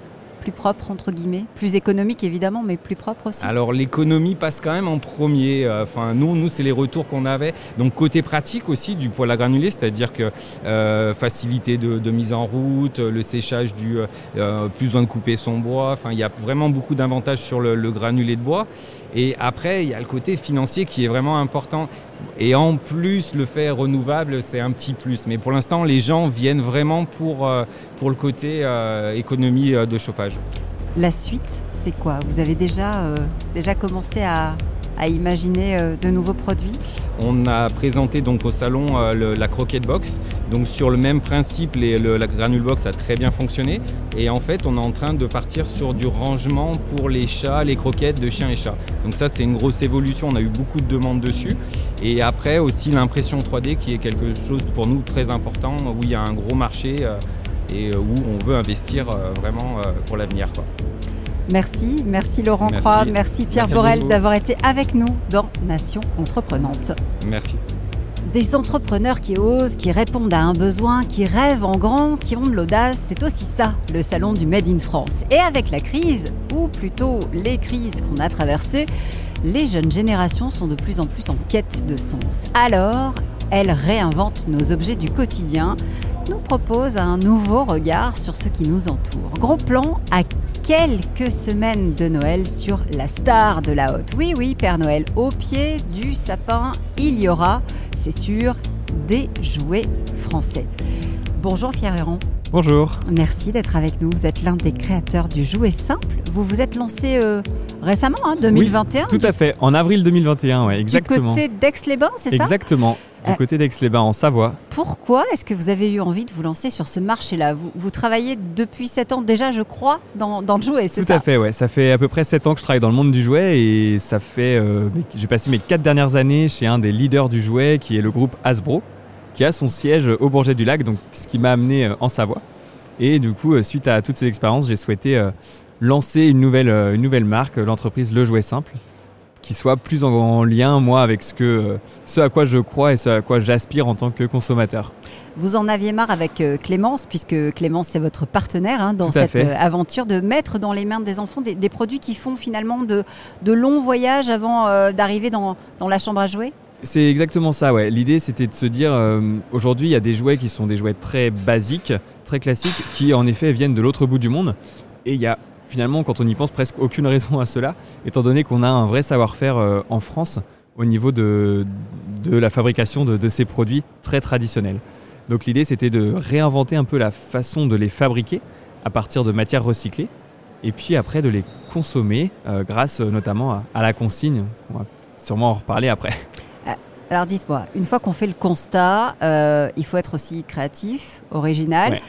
plus propre, entre guillemets, plus économique évidemment, mais plus propre aussi? Alors l'économie passe quand même en premier. Enfin, nous, nous c'est les retours qu'on avait. Donc côté pratique aussi du poêle à granulés, c'est-à-dire que euh, facilité de, de mise en route, le séchage du euh, plus besoin de couper son bois. Enfin, il y a vraiment beaucoup d'avantages sur le, le granulé de bois. Et après, il y a le côté financier qui est vraiment important. Et en plus, le fait renouvelable, c'est un petit plus. Mais pour l'instant, les gens viennent vraiment pour, euh, pour le côté euh, économie de chauffage. La suite, c'est quoi? Vous avez déjà, euh, déjà commencé à, à imaginer euh, de nouveaux produits? On a présenté donc au salon euh, le, la croquette box. Donc sur le même principe, les, le, la granule box a très bien fonctionné. Et en fait, on est en train de partir sur du rangement pour les chats, les croquettes de chiens et chats. Donc ça, c'est une grosse évolution. On a eu beaucoup de demandes dessus. Et après aussi l'impression trois D qui est quelque chose pour nous très important, où il y a un gros marché euh, et où on veut investir euh, vraiment euh, pour l'avenir, quoi. Merci, merci Laurent merci. Croix, merci Pierre merci Borel d'avoir été avec nous dans Nation Entreprenante. Merci. Des entrepreneurs qui osent, qui répondent à un besoin, qui rêvent en grand, qui ont de l'audace, c'est aussi ça, le salon du Made in France. Et avec la crise, ou plutôt les crises qu'on a traversées, les jeunes générations sont de plus en plus en quête de sens. Alors, elles réinventent nos objets du quotidien, nous proposent un nouveau regard sur ce qui nous entoure. Gros plan à quelques semaines de Noël sur la star de la hotte. Oui, oui, Père Noël, au pied du sapin, il y aura, c'est sûr, des jouets français. Bonjour Pierre Héron. Bonjour. Merci d'être avec nous. Vous êtes l'un des créateurs du jouet simple. Vous vous êtes lancé euh, récemment, hein, deux mille vingt et un. Oui, tout à fait, en avril deux mille vingt et un, ouais, exactement. Du côté d'Aix-les-Bains, c'est ça? Exactement, du euh, côté d'Aix-les-Bains, en Savoie. Pourquoi est-ce que vous avez eu envie de vous lancer sur ce marché-là? vous, vous travaillez depuis sept ans déjà, je crois, dans, dans le jouet, c'est tout ça? Tout à fait, ouais. Ça fait à peu près sept ans que je travaille dans le monde du jouet et ça fait, euh, j'ai passé mes quatre dernières années chez un des leaders du jouet qui est le groupe Hasbro, qui a son siège au Bourget du Lac, donc ce qui m'a amené en Savoie. Et du coup, suite à toutes ces expériences, j'ai souhaité euh, lancer une nouvelle, euh, une nouvelle marque, l'entreprise Le Jouet Simple, qui soit plus en, en lien, moi, avec ce, que, euh, ce à quoi je crois et ce à quoi j'aspire en tant que consommateur. Vous en aviez marre avec euh, Clémence, puisque Clémence, c'est votre partenaire hein, dans cette euh, aventure, de mettre dans les mains des enfants des, des produits qui font finalement de, de longs voyages avant euh, d'arriver dans, dans la chambre à jouer? C'est exactement ça, ouais. L'idée, c'était de se dire, euh, aujourd'hui, il y a des jouets qui sont des jouets très basiques, très classiques, qui en effet viennent de l'autre bout du monde. Et il y a finalement, quand on y pense, presque aucune raison à cela, étant donné qu'on a un vrai savoir-faire euh, en France au niveau de, de la fabrication de, de ces produits très traditionnels. Donc l'idée, c'était de réinventer un peu la façon de les fabriquer à partir de matières recyclées, et puis après de les consommer euh, grâce euh, notamment à, à la consigne. On va sûrement en reparler après. Alors dites-moi, une fois qu'on fait le constat, euh, il faut être aussi créatif, original. Ouais.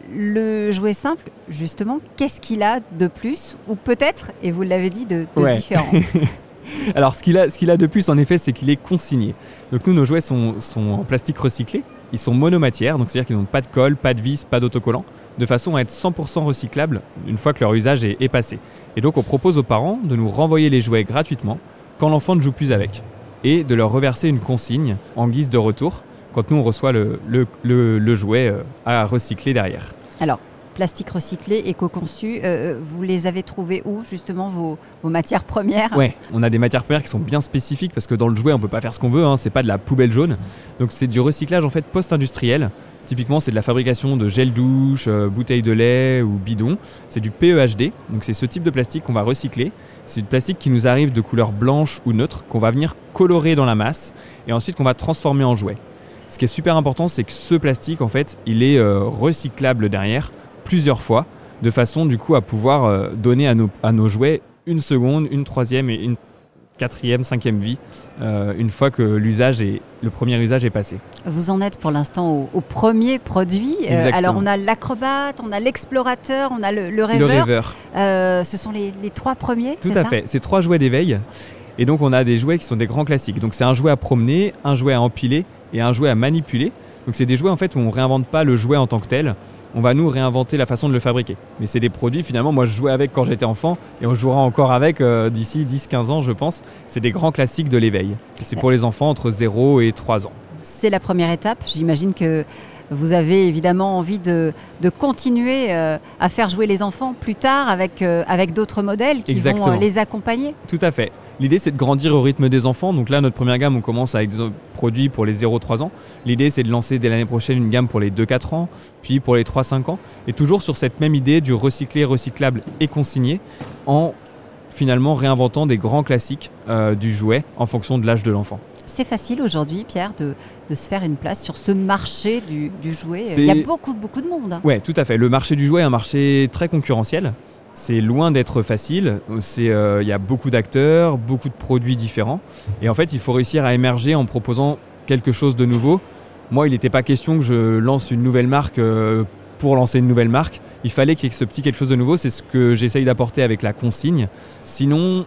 Le jouet simple, justement, qu'est-ce qu'il a de plus? Ou peut-être, et vous l'avez dit, de, de ouais. différent? Alors ce qu'il a, ce qu'il a de plus, en effet, c'est qu'il est consigné. Donc nous, nos jouets sont, sont en plastique recyclé. Ils sont monomatières, donc c'est-à-dire qu'ils n'ont pas de colle, pas de vis, pas d'autocollant, de façon à être cent pour cent recyclables une fois que leur usage est, est passé. Et donc on propose aux parents de nous renvoyer les jouets gratuitement quand l'enfant ne joue plus avec, et de leur reverser une consigne en guise de retour quand nous on reçoit le, le, le, le jouet à recycler derrière. Alors, plastique recyclé, éco-conçu, euh, vous les avez trouvés où justement vos, vos matières premières? Oui, on a des matières premières qui sont bien spécifiques parce que dans le jouet on ne peut pas faire ce qu'on veut, hein, c'est pas de la poubelle jaune. Donc c'est du recyclage en fait post-industriel. Typiquement, c'est de la fabrication de gel douche, euh, bouteilles de lait ou bidons. C'est du P E H D, donc c'est ce type de plastique qu'on va recycler. C'est du plastique qui nous arrive de couleur blanche ou neutre, qu'on va venir colorer dans la masse et ensuite qu'on va transformer en jouet. Ce qui est super important, c'est que ce plastique, en fait, il est euh, recyclable derrière plusieurs fois, de façon du coup à pouvoir euh, donner à nos, à nos jouets une seconde, une troisième et une quatrième, cinquième vie, euh, une fois que l'usage est, le premier usage est passé. Vous en êtes pour l'instant au, au premier produit. Euh, alors on a l'acrobate, on a l'explorateur, on a le, le rêveur. Le rêveur. Euh, ce sont les, les trois premiers, Tout c'est à ça? fait, c'est trois jouets d'éveil. Et donc on a des jouets qui sont des grands classiques. Donc c'est un jouet à promener, un jouet à empiler et un jouet à manipuler. Donc c'est des jouets en fait où on ne réinvente pas le jouet en tant que tel. On va nous réinventer la façon de le fabriquer. Mais c'est des produits, finalement, moi je jouais avec quand j'étais enfant et on jouera encore avec euh, d'ici dix quinze ans, je pense. C'est des grands classiques de l'éveil. Et c'est pour les enfants entre zéro et trois ans. C'est la première étape. J'imagine que vous avez évidemment envie de, de continuer euh, à faire jouer les enfants plus tard avec, euh, avec d'autres modèles qui Exactement. vont les accompagner. Tout à fait. L'idée, c'est de grandir au rythme des enfants. Donc là, notre première gamme, on commence avec des produits pour les zéro à trois ans. L'idée, c'est de lancer dès l'année prochaine une gamme pour les deux à quatre ans, puis pour les trois à cinq ans. Et toujours sur cette même idée du recyclé, recyclable et consigné, en finalement réinventant des grands classiques euh, du jouet en fonction de l'âge de l'enfant. C'est facile aujourd'hui, Pierre, de, de se faire une place sur ce marché du, du jouet. C'est... Il y a beaucoup, beaucoup de monde. Hein. Oui, tout à fait. Le marché du jouet est un marché très concurrentiel. C'est loin d'être facile, c'est, euh, y a beaucoup d'acteurs, beaucoup de produits différents et en fait il faut réussir à émerger en proposant quelque chose de nouveau. Moi il n'était pas question que je lance une nouvelle marque euh, pour lancer une nouvelle marque, il fallait qu'il y ait ce petit quelque chose de nouveau, c'est ce que j'essaye d'apporter avec la consigne. Sinon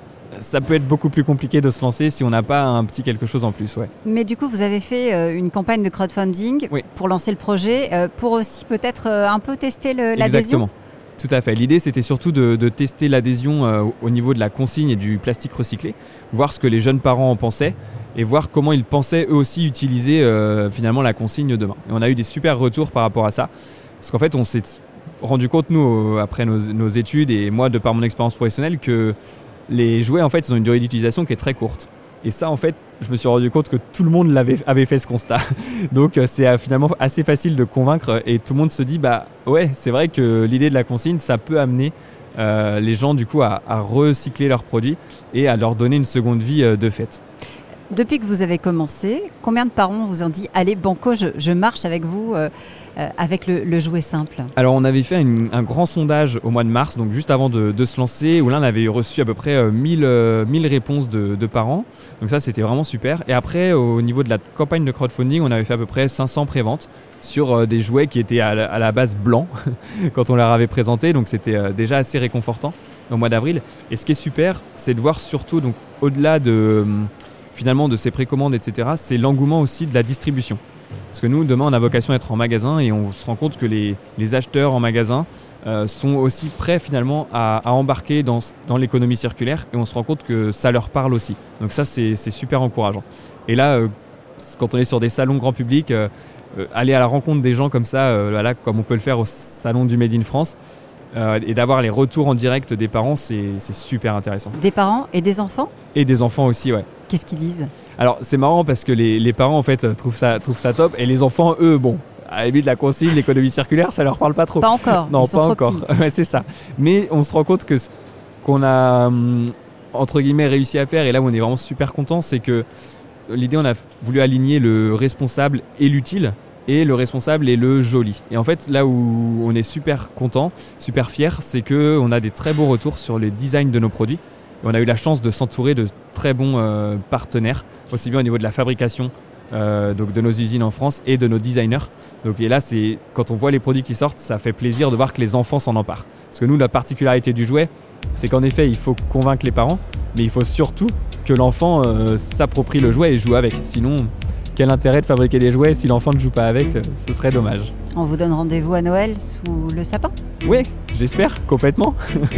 ça peut être beaucoup plus compliqué de se lancer si on n'a pas un petit quelque chose en plus. Ouais. Mais du coup vous avez fait euh, une campagne de crowdfunding oui. pour lancer le projet, euh, pour aussi peut-être euh, un peu tester le, l'adhésion. Exactement. Tout à fait. L'idée, c'était surtout de, de tester l'adhésion euh, au niveau de la consigne et du plastique recyclé, voir ce que les jeunes parents en pensaient et voir comment ils pensaient eux aussi utiliser euh, finalement la consigne demain. Et on a eu des super retours par rapport à ça, parce qu'en fait, on s'est rendu compte, nous, après nos, nos études et moi, de par mon expérience professionnelle, que les jouets, en fait, ils ont une durée d'utilisation qui est très courte. Et ça, en fait, je me suis rendu compte que tout le monde l'avait, avait fait ce constat. Donc, c'est finalement assez facile de convaincre et tout le monde se dit, bah ouais, c'est vrai que l'idée de la consigne, ça peut amener euh, les gens du coup à, à recycler leurs produits et à leur donner une seconde vie euh, de fait. Depuis que vous avez commencé, combien de parents vous ont dit « Allez, banco, je, je marche avec vous euh, euh, avec le, le jouet simple » Alors, on avait fait une, un grand sondage au mois de mars, donc juste avant de, de se lancer, où là, on avait reçu à peu près euh, mille, euh, mille réponses de, de parents. Donc ça, c'était vraiment super. Et après, au niveau de la campagne de crowdfunding, on avait fait à peu près cinq cents préventes sur euh, des jouets qui étaient à la, à la base blancs quand on leur avait présenté. Donc, c'était euh, déjà assez réconfortant au mois d'avril. Et ce qui est super, c'est de voir surtout, donc, au-delà de... finalement de ces précommandes, et cetera, c'est l'engouement aussi de la distribution. Parce que nous, demain, on a vocation à être en magasin et on se rend compte que les, les acheteurs en magasin euh, sont aussi prêts finalement à, à embarquer dans, dans l'économie circulaire et on se rend compte que ça leur parle aussi. Donc ça, c'est, c'est super encourageant. Et là, euh, quand on est sur des salons grand public, euh, euh, aller à la rencontre des gens comme ça, euh, là, comme on peut le faire au salon du Made in France, Euh, et d'avoir les retours en direct des parents, c'est, c'est super intéressant. Des parents et des enfants ? Et des enfants aussi, ouais. Qu'est-ce qu'ils disent ? Alors, c'est marrant parce que les, les parents, en fait, trouvent ça, trouvent ça top. Et les enfants, eux, bon, à la limite, la consigne, l'économie circulaire, ça leur parle pas trop. Pas encore. Non, ils sont pas trop encore. petits. Ouais, c'est ça. Mais on se rend compte que qu'on a, hum, entre guillemets, réussi à faire, et là où on est vraiment super content, c'est que l'idée, on a voulu aligner le responsable et l'utile. Et le responsable est le joli. Et en fait, là où on est super content, super fier, c'est qu'on a des très beaux retours sur les designs de nos produits. Et on a eu la chance de s'entourer de très bons euh, partenaires, aussi bien au niveau de la fabrication euh, donc de nos usines en France et de nos designers. Donc, et là, c'est, quand on voit les produits qui sortent, ça fait plaisir de voir que les enfants s'en emparent. Parce que nous, la particularité du jouet, c'est qu'en effet, il faut convaincre les parents, mais il faut surtout que l'enfant euh, s'approprie le jouet et joue avec. Sinon... quel intérêt de fabriquer des jouets si l'enfant ne joue pas avec, ce serait dommage. On vous donne rendez-vous à Noël sous le sapin ? Oui, j'espère, complètement.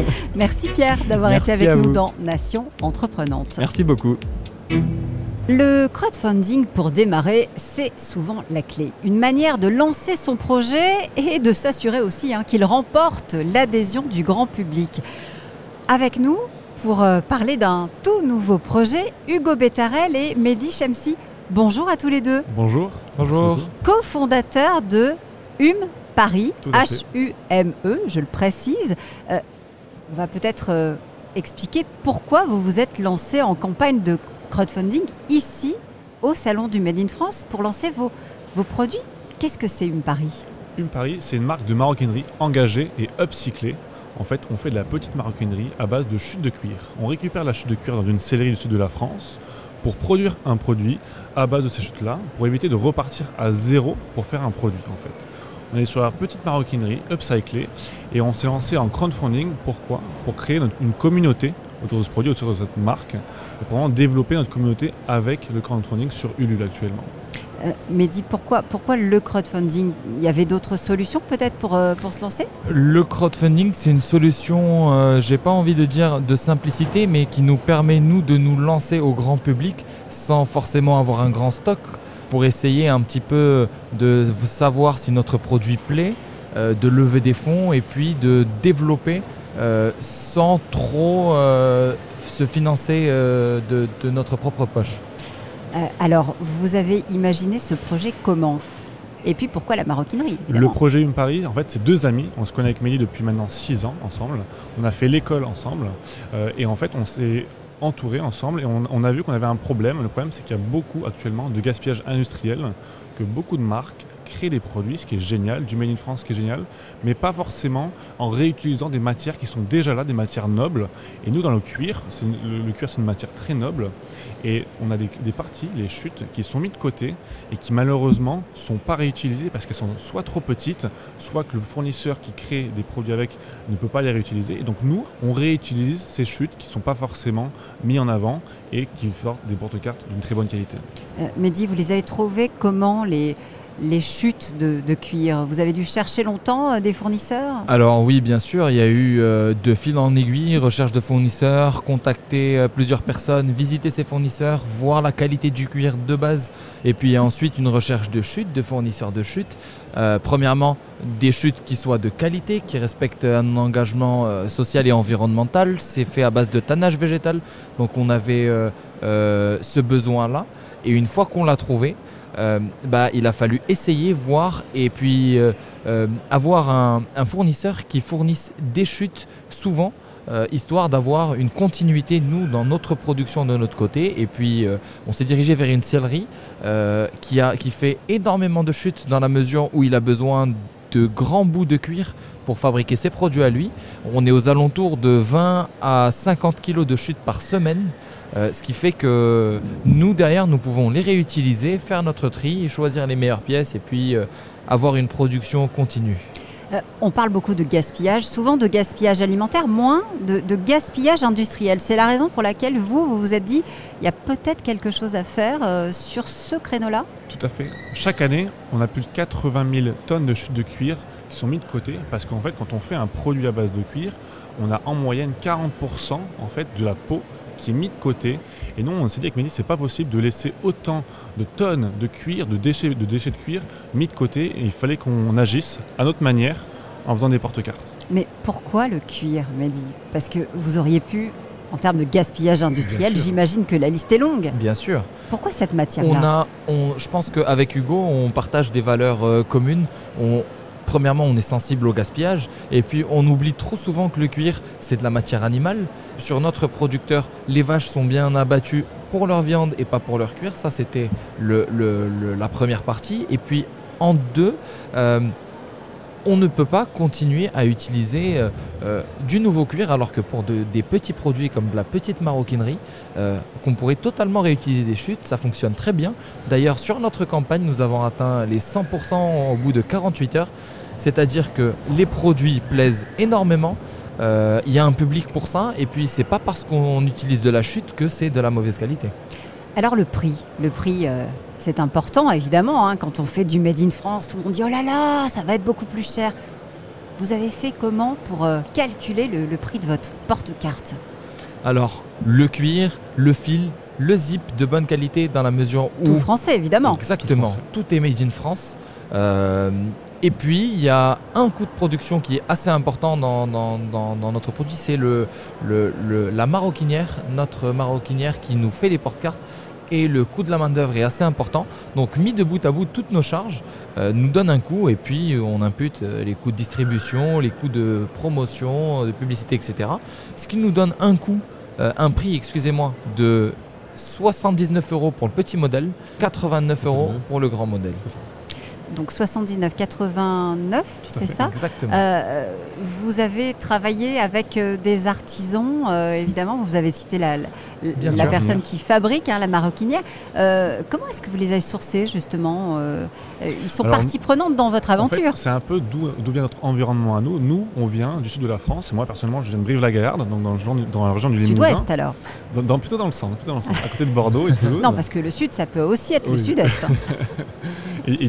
Merci Pierre d'avoir Merci été avec nous vous. dans Nation Entreprenante. Merci beaucoup. Le crowdfunding pour démarrer, c'est souvent la clé. Une manière de lancer son projet et de s'assurer aussi hein, qu'il remporte l'adhésion du grand public. Avec nous, pour euh, parler d'un tout nouveau projet, Hugo Bettarel et Mehdi Chemsi. Bonjour à tous les deux. Bonjour. Bonjour. Co-fondateur de Hume Paris, Tout à fait. H U M E, je le précise. Euh, on va peut-être euh, expliquer pourquoi vous vous êtes lancé en campagne de crowdfunding ici, au Salon du Made in France, pour lancer vos, vos produits. Qu'est-ce que c'est Hume Paris ? Hume Paris, c'est une marque de maroquinerie engagée et upcyclée. En fait, on fait de la petite maroquinerie à base de chute de cuir. On récupère la chute de cuir dans une sellerie du sud de la France pour produire un produit à base de ces chutes-là, pour éviter de repartir à zéro pour faire un produit en fait. On est sur la petite maroquinerie upcyclée et on s'est lancé en crowdfunding. Pourquoi ? Pour créer notre, une communauté autour de ce produit, autour de cette marque, et pour vraiment développer notre communauté avec le crowdfunding sur Ulule actuellement. Euh, Mehdi, pourquoi, pourquoi le crowdfunding ? Il y avait d'autres solutions peut-être pour, euh, pour se lancer ? Le crowdfunding, c'est une solution, euh, j'ai pas envie de dire de simplicité, mais qui nous permet, nous, de nous lancer au grand public sans forcément avoir un grand stock. pour essayer un petit peu de savoir si notre produit plaît, euh, de lever des fonds et puis de développer euh, sans trop euh, se financer euh, de, de notre propre poche. Euh, alors, vous avez imaginé ce projet comment ? Et puis pourquoi la maroquinerie ? Le projet Hume Paris, en fait, c'est deux amis. On se connaît avec Mehdi depuis maintenant six ans ensemble. On a fait l'école ensemble. Euh, et en fait, on s'est entourés ensemble et on, on a vu qu'on avait un problème. Le problème, c'est qu'il y a beaucoup actuellement de gaspillage industriel, que beaucoup de marques créent des produits, ce qui est génial, du Made in France, ce qui est génial, mais pas forcément en réutilisant des matières qui sont déjà là, des matières nobles. Et nous, dans le cuir, c'est une, le, le cuir, c'est une matière très noble. Et on a des, des parties, les chutes, qui sont mises de côté et qui malheureusement ne sont pas réutilisées parce qu'elles sont soit trop petites, soit que le fournisseur qui crée des produits avec ne peut pas les réutiliser. Et donc nous, on réutilise ces chutes qui ne sont pas forcément mises en avant et qui sortent des porte-cartes d'une très bonne qualité. Euh, Mehdi, vous les avez trouvées comment les... les chutes de, de cuir? Vous avez dû chercher longtemps euh, des fournisseurs? Alors oui, bien sûr, il y a eu euh, de fil en aiguille, recherche de fournisseurs, contacter euh, plusieurs personnes, visiter ces fournisseurs, voir la qualité du cuir de base et puis ensuite une recherche de chutes, de fournisseurs de chutes. Euh, premièrement, des chutes qui soient de qualité, qui respectent un engagement euh, social et environnemental. C'est fait à base de tannage végétal, donc on avait euh, euh, ce besoin-là. Et une fois qu'on l'a trouvé, Euh, bah, il a fallu essayer, voir et puis euh, euh, avoir un, un fournisseur qui fournisse des chutes souvent, euh, histoire d'avoir une continuité, nous, dans notre production de notre côté. Et puis, euh, on s'est dirigé vers une sellerie euh, qui, a, qui fait énormément de chutes dans la mesure où il a besoin de grands bouts de cuir pour fabriquer ses produits à lui. On est aux alentours de vingt à cinquante kilos de chutes par semaine. Euh, ce qui fait que nous, derrière, nous pouvons les réutiliser, faire notre tri, choisir les meilleures pièces et puis euh, avoir une production continue. Euh, on parle beaucoup de gaspillage, souvent de gaspillage alimentaire, moins de, de gaspillage industriel. C'est la raison pour laquelle vous, vous vous êtes dit, il y a peut-être quelque chose à faire euh, sur ce créneau-là ? Tout à fait. Chaque année, on a plus de quatre-vingt mille tonnes de chutes de cuir qui sont mises de côté parce qu'en fait, quand on fait un produit à base de cuir, on a en moyenne quarante pour cent en fait, de la peau qui est mis de côté. Et nous, on s'est dit avec Mehdi, c'est pas possible de laisser autant de tonnes de cuir, de déchets de, déchets de cuir mis de côté. Et il fallait qu'on agisse à notre manière en faisant des porte-cartes. Mais pourquoi le cuir, Mehdi ? Parce que vous auriez pu, en termes de gaspillage industriel, j'imagine que la liste est longue. Bien sûr. Pourquoi cette matière-là ? on a, on, Je pense qu'avec Hugo, on partage des valeurs euh, communes. On, Premièrement, on est sensible au gaspillage et puis on oublie trop souvent que le cuir, c'est de la matière animale. Sur notre producteur, les vaches sont bien abattues pour leur viande et pas pour leur cuir. Ça, c'était le, le, le, la première partie. Et puis, en deux, euh, on ne peut pas continuer à utiliser euh, euh, du nouveau cuir alors que pour de, des petits produits comme de la petite maroquinerie, euh, qu'on pourrait totalement réutiliser des chutes, ça fonctionne très bien. D'ailleurs, sur notre campagne, nous avons atteint les cent pour cent au bout de quarante-huit heures. C'est-à-dire que les produits plaisent énormément, il euh, y a un public pour ça, et puis c'est pas parce qu'on utilise de la chute que c'est de la mauvaise qualité. Alors le prix, le prix euh, c'est important évidemment, hein, quand on fait du Made in France, tout le monde dit oh là là, ça va être beaucoup plus cher. Vous avez fait comment pour euh, calculer le, le prix de votre porte-carte ? Alors le cuir, le fil, le zip de bonne qualité dans la mesure où... Tout français évidemment. Exactement, tout, français. Tout est Made in France. Euh, Et puis, il y a un coût de production qui est assez important dans, dans, dans, dans notre produit, c'est le, le, le, la maroquinière, notre maroquinière qui nous fait les porte-cartes. Et le coût de la main-d'œuvre est assez important. Donc, mis de bout à bout, toutes nos charges euh, nous donnent un coût. Et puis, on impute euh, les coûts de distribution, les coûts de promotion, de publicité, et cetera. Ce qui nous donne un coût, euh, un prix, excusez-moi, de soixante-dix-neuf euros pour le petit modèle, quatre-vingt-neuf euros pour le grand modèle. Donc soixante-dix-neuf quatre-vingt-neuf, c'est ça ? Exactement. Euh, vous avez travaillé avec euh, des artisans, euh, évidemment. Vous avez cité la, la, la personne qui fabrique, hein, la maroquinière. Euh, comment est-ce que vous les avez sourcés, justement ? euh, Ils sont Alors, partie prenante dans votre aventure. En fait, c'est un peu d'où, d'où vient notre environnement à nous. Nous, on vient du sud de la France. Et moi, personnellement, je viens de Brive-la-Gaillarde, donc dans, le, dans la région du Limousin. Sud-ouest, alors dans, dans, Plutôt dans le centre, plutôt dans le centre, à côté de Bordeaux et Toulouse. Non, parce que le sud, ça peut aussi être oui. le sud-est. et, et du coup, dans cette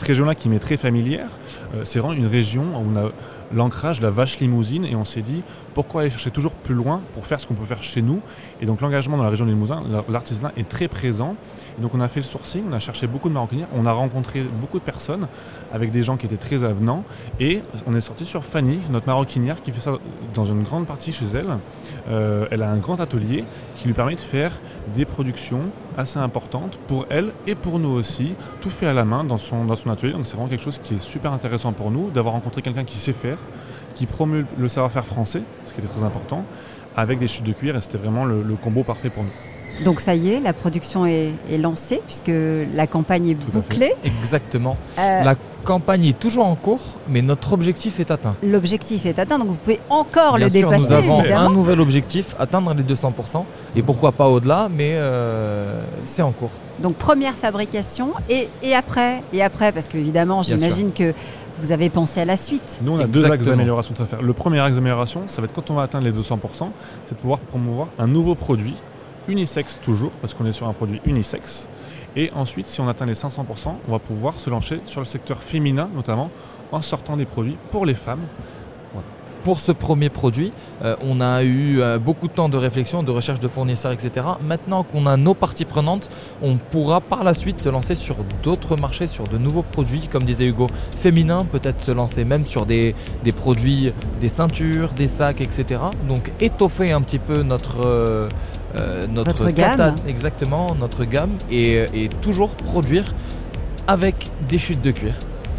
cette région-là qui m'est très familière, euh, c'est vraiment une région où on a l'ancrage de la vache limousine et on s'est dit pourquoi aller chercher toujours plus loin pour faire ce qu'on peut faire chez nous. Et donc l'engagement dans la région du Limousin, l'artisanat est très présent. Et donc on a fait le sourcing, on a cherché beaucoup de maroquinières, on a rencontré beaucoup de personnes avec des gens qui étaient très avenants et on est sorti sur Fanny, notre maroquinière qui fait ça dans une grande partie chez elle. Euh, elle a un grand atelier qui lui permet de faire des productions assez importantes pour elle et pour nous aussi, tout fait à la main dans son, dans son atelier. Donc c'est vraiment quelque chose qui est super intéressant pour nous d'avoir rencontré quelqu'un qui sait faire, qui promeut le savoir-faire français, ce qui était très important, avec des chutes de cuir et c'était vraiment le, le combo parfait pour nous. Donc ça y est, la production est, est lancée puisque la campagne est Tout bouclée. Exactement. Euh, La campagne est toujours en cours, mais notre objectif est atteint. L'objectif est atteint, donc vous pouvez encore Bien le sûr, dépasser. nous avons évidemment. un nouvel objectif, atteindre les deux cents pour cent, et pourquoi pas au-delà, mais euh, c'est en cours. Donc première fabrication et, et après, et après, parce qu'évidemment, Bien j'imagine que vous avez pensé à la suite. Nous, on a deux axes Exactement. d'amélioration à faire. Le premier axe d'amélioration, ça va être quand on va atteindre les deux cents pour cent, c'est de pouvoir promouvoir un nouveau produit, unisexe toujours, parce qu'on est sur un produit unisexe. Et ensuite, si on atteint les cinq cents pour cent, on va pouvoir se lancer sur le secteur féminin, notamment en sortant des produits pour les femmes. Pour ce premier produit, euh, on a eu euh, beaucoup de temps de réflexion, de recherche de fournisseurs, et cetera. Maintenant qu'on a nos parties prenantes, on pourra par la suite se lancer sur d'autres marchés, sur de nouveaux produits, comme disait Hugo, féminins, peut-être se lancer même sur des, des produits, des ceintures, des sacs, et cetera. Donc étoffer un petit peu notre, euh, euh, notre Votre gamme. exactement, notre gamme, et, et toujours produire avec des chutes de cuir.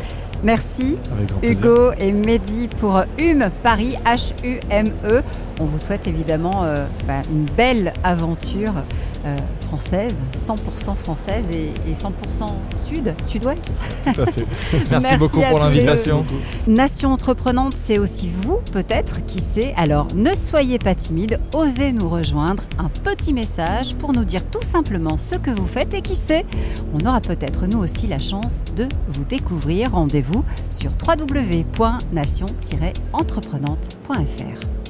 Merci Avec grand plaisir. Hugo et Mehdi pour Hume Paris, H U M E. On vous souhaite évidemment euh, bah, une belle aventure euh, française, cent pour cent française et, et cent pour cent sud, sud-ouest. Tout à fait. Merci, Merci beaucoup à pour tous les l'invitation. Nation entreprenante, c'est aussi vous peut-être, qui sait. Alors ne soyez pas timide, osez nous rejoindre. Un petit message pour nous dire tout simplement ce que vous faites et qui sait, on aura peut-être nous aussi la chance de vous découvrir. Rendez-vous sur w w w point nation tiret entreprenante point f r.